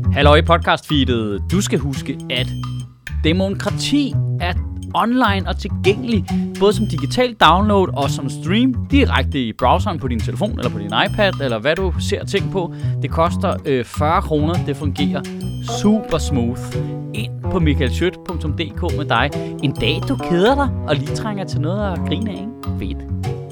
Halløj i podcastfeedet. Du skal huske, at demokrati er online og tilgængelig, både som digital download og som stream direkte i browseren på din telefon eller på din iPad, eller hvad du ser ting på. Det koster 40 kroner. Det fungerer super smooth. Ind på michaelschødt.dk med dig. En dag du keder dig og lige trænger til noget at grine af, ikke? Fedt.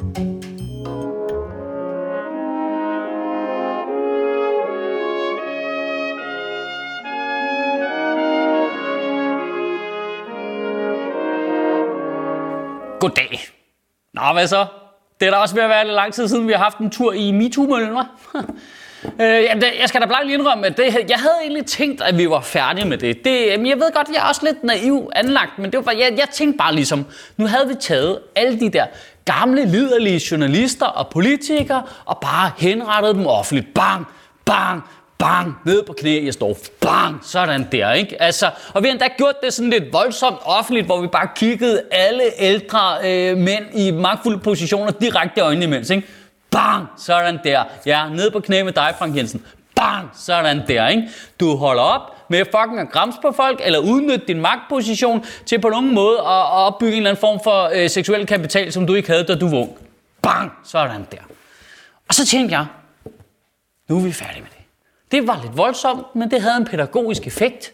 Goddag. Nå, hvad så? Det er da også ved at være lidt lang tid siden, vi har haft en tur i MeToo-møllen, hva'? Jeg skal da blankt indrømme, at jeg havde egentlig tænkt, at vi var færdige med det. Jeg ved godt, jeg er også lidt naiv anlagt, men det var, jeg tænkte bare ligesom, nu havde vi taget alle de der gamle, liderlige journalister og politikere, og bare henrettet dem offentligt. Bang, bang, bang, ned på knæ, jeg står, bang, sådan der, ikke? Altså, og vi har endda gjort det sådan lidt voldsomt offentligt, hvor vi bare kiggede alle ældre mænd i magtfulde positioner direkte i øjnene imens, ikke? Bang, sådan der. Ja, ned på knæ med dig, Frank Jensen. Bang, sådan der, ikke? Du holder op med fucking at gramse på folk, eller udnytte din magtposition til på nogen måde at opbygge en eller anden form for seksuel kapital, som du ikke havde, da du var ung. Bang, sådan der. Og så tænkte jeg, nu er vi færdige med det. Det var lidt voldsomt, men det havde en pædagogisk effekt.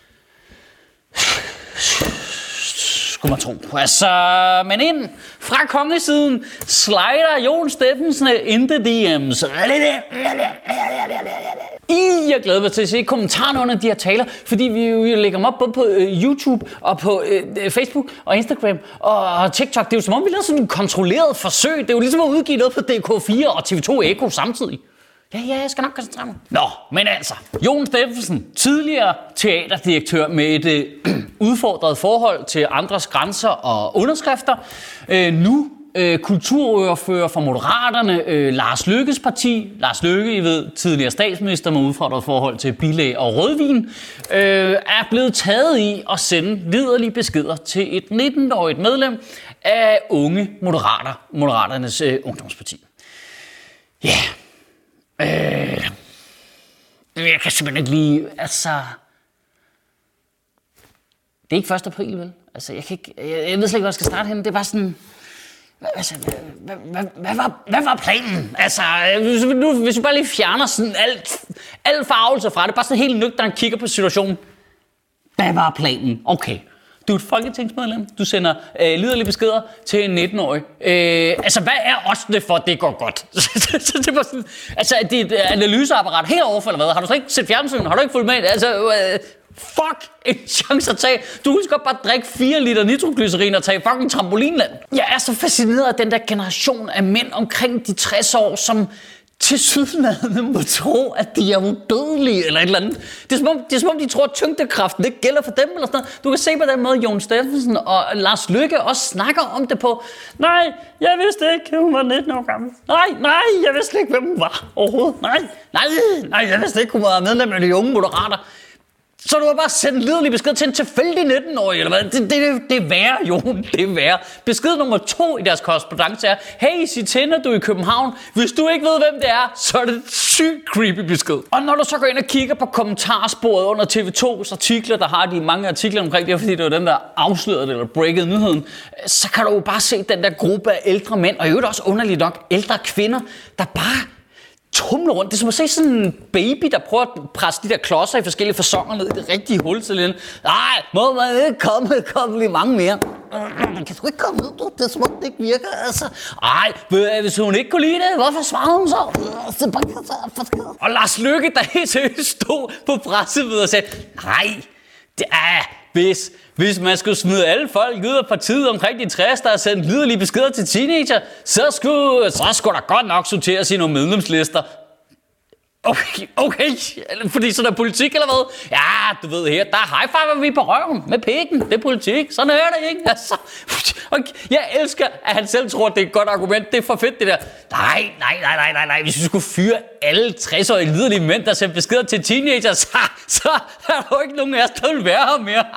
Skulle man tro. Altså, men ind fra kongesiden slider Jon Steffensen into DM's. Jeg glæder mig til at se kommentarerne under de her taler, fordi vi jo lægger dem op både på YouTube og på Facebook og Instagram og TikTok. Det er jo som om, vi laver sådan en kontrolleret forsøg. Det er jo ligesom at udgive noget på DK4 og TV2 Eko samtidig. Ja, jeg skal nok koncentrere mig. Nå, men altså, Jon Steffensen, tidligere teaterdirektør med et udfordret forhold til andres grænser og underskrifter. Nu kulturordfører for Moderaterne, Lars Løkkes parti. Lars Løkke, I ved, tidligere statsminister med udfordret forhold til bilag og rødvin, er blevet taget i at sende liderlige beskeder til et 19-årigt medlem af Unge Moderater, Moderaternes ungdomsparti. Ja. Jeg kan simpelthen ikke lide, altså. Det er ikke 1. april, vel? Altså, jeg ved slet ikke, hvor jeg skal starte henne. Det er bare sådan. Altså, hvad var planen? Altså, hvis vi bare lige fjerner sådan alt farvelse fra det, bare sådan helt nøgternt kigger på situationen. Hvad var planen? Okay. Du er et folketingsmedlem. Du sender liderlige beskeder til en 19-årig. Altså, hvad er oddsene for, at det går godt? Det var sådan, altså, det er et analyseapparat helt overfor, eller hvad? Har du slet ikke set fjernsyn? Har du ikke fulgt med? Altså, fuck en chance at tage. Du kan godt bare drikke 4 liter nitroglycerin og tage fucking trampolinland. Jeg er så fascineret af den der generation af mænd omkring de 60 år, som tilsyneladende må tro, at de er udødelige eller et eller andet. Det er som om de tror, at tyngdekraften ikke gælder for dem eller sådan noget. Du kan se på den måde, Jon Steffensen og Lars Løkke også snakker om det på. Nej, jeg vidste ikke, hun var 19 år gammel. Nej, jeg vidste ikke, hvem hun var overhovedet. Nej, jeg vidste ikke, hun var medlem af de Unge Moderater. Så du har bare sendt liderlig besked til en tilfældig 19-årig, eller hvad? Det er værre, Jon. Det er værre. Besked nummer 2 i deres korrespondance er, hey, sig til, når du er i København. Hvis du ikke ved, hvem det er, så er det et sygt creepy besked. Og når du så går ind og kigger på kommentarsporet under TV2's artikler, der har de mange artikler omkring det, fordi det var den, der afslørede det, eller breakede nyheden, så kan du jo bare se den der gruppe af ældre mænd, og i øvrigt også underligt nok, ældre kvinder, der bare tumler rundt. Det er som at se sådan en baby, der prøver at presse de der klodser i forskellige fasonger ned i det rigtige hul til den. Nej, må man ikke komme lige mange mere. Kan du ikke komme ned? Det er som om det ikke virker. Altså. Ej, hvis hun ikke kunne lide det, hvorfor svarede hun så? Og Lars Løkke, der helt seriøst stod på pressemødet og sagde, nej, det er, hvis man skulle smide alle folk ud af partiet omkring de 60, der har sendt liderlige beskeder til teenager, så skulle der godt nok sorteres i nogle medlemslister. Okay, fordi sådan er politik eller hvad? Ja, du ved her, der high-fiver vi på røven med pikken, det er politik, sådan er det, ikke? Altså, okay. Jeg elsker, at han selv tror, det er et godt argument, det er for fedt det der. Nej, hvis vi skulle fyre alle 60-årige liderlige mænd, der sendte beskeder til teenager, så er der jo ikke nogen af os, der vil være her mere.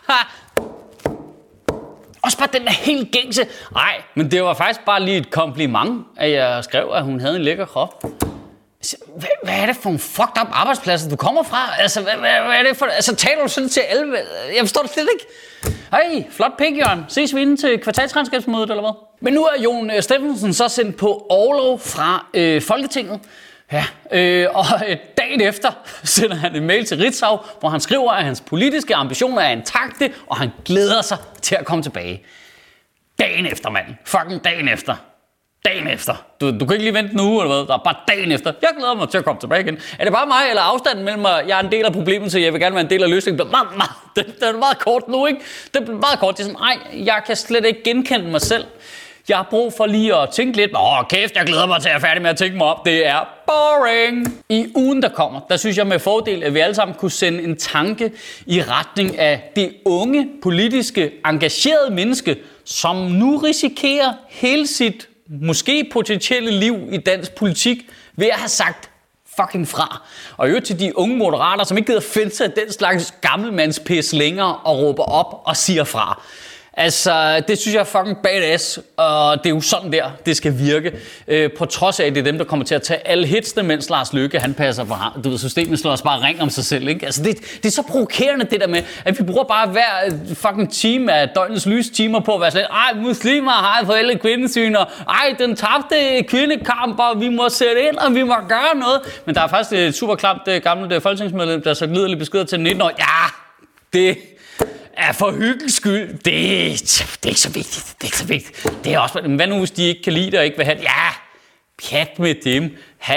Også bare den der helt gængse. Nej, men det var faktisk bare lige et kompliment, at jeg skrev, at hun havde en lækker krop. Hvad er det for en fucked up arbejdspladser, du kommer fra? Altså, hvad er det for... Altså, taler du sådan til alle? Jeg forstår det slet ikke. Hej, flot pik, Jørgen. Ses vi inden til kvartalsregnskabsmødet, eller hvad? Men nu er Jon Stephensen så sendt på orlov fra Folketinget. Ja, og dagen efter sender han en mail til Ritzau, hvor han skriver, at hans politiske ambitioner er intakte, og han glæder sig til at komme tilbage. Dagen efter, mand. Fucking dagen efter. Dagen efter. Du kan ikke lige vente en uge, eller hvad? Der er bare dagen efter. Jeg glæder mig til at komme tilbage igen. Er det bare mig, eller afstanden mellem mig? Jeg er en del af problemet, så jeg vil gerne være en del af løsningen. Det er meget kort nu, ikke? Det er meget kort. Det er sådan, jeg kan slet ikke genkende mig selv. Jeg har brug for lige at tænke lidt. Kæft, jeg glæder mig til at være færdig med at tænke mig op. Det er boring. I ugen, der kommer, der synes jeg med fordel, at vi alle sammen kunne sende en tanke i retning af det unge, politiske, engagerede menneske, som nu risikerer hele sit måske potentielle liv i dansk politik ved at have sagt fucking fra. Og i øvrigt til de unge moderater, som ikke gider finde sig af den slags gammelmandspis længere og råber op og siger fra. Altså, det synes jeg er fucking badass, og det er jo sådan der, det skal virke. På trods af, at det er dem, der kommer til at tage alle hitsene, mens Lars Løkke, han passer på ham. Du ved, systemet slår os bare ring om sig selv, ikke? Altså, det er så provokerende, det der med, at vi bruger bare hver fucking time af døgnets lystimer på at være sådan, muslimer har forældre kvindesyn, og den tabte kvindekamp, og vi må sætte ind, og vi må gøre noget. Men der er faktisk et super klamt gammelt folketingsmedlem, der så gliderligt beskeder til 19 år. Ja, det er for hyggens skyld. Det er ikke så vigtigt. Det er ikke så vigtigt. Det er også, hvad nu hvis de ikke kan lide det og ikke vil have det? Ja, pjat med dem.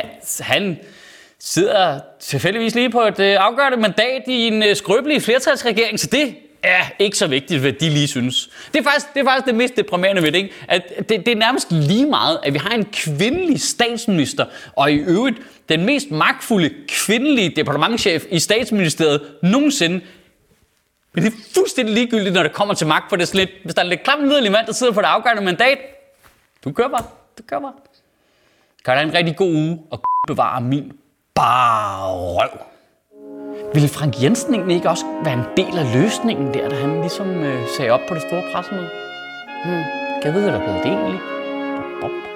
Han sidder tilfældigvis lige på et afgørende mandat i en skrøbelig flertalsregering, så det er ikke så vigtigt, hvad de lige synes. Det er faktisk det mest deprimerende ved det, ikke? At det er nærmest lige meget, at vi har en kvindelig statsminister, og i øvrigt den mest magtfulde kvindelige departementschef i statsministeriet nogensinde. Men det er fuldstændig ligegyldigt, når det kommer til magt, for det er lidt, hvis der er lidt klam liderlig mand, der sidder på det afgørende mandat. Du kører bare. Kan have en rigtig god uge, og bevare min bare røv. Ville Frank Jensen egentlig ikke også være en del af løsningen der, da han ligesom sagde op på det store pressemøde? Kan jeg vide, hvad der er blevet det egentlig?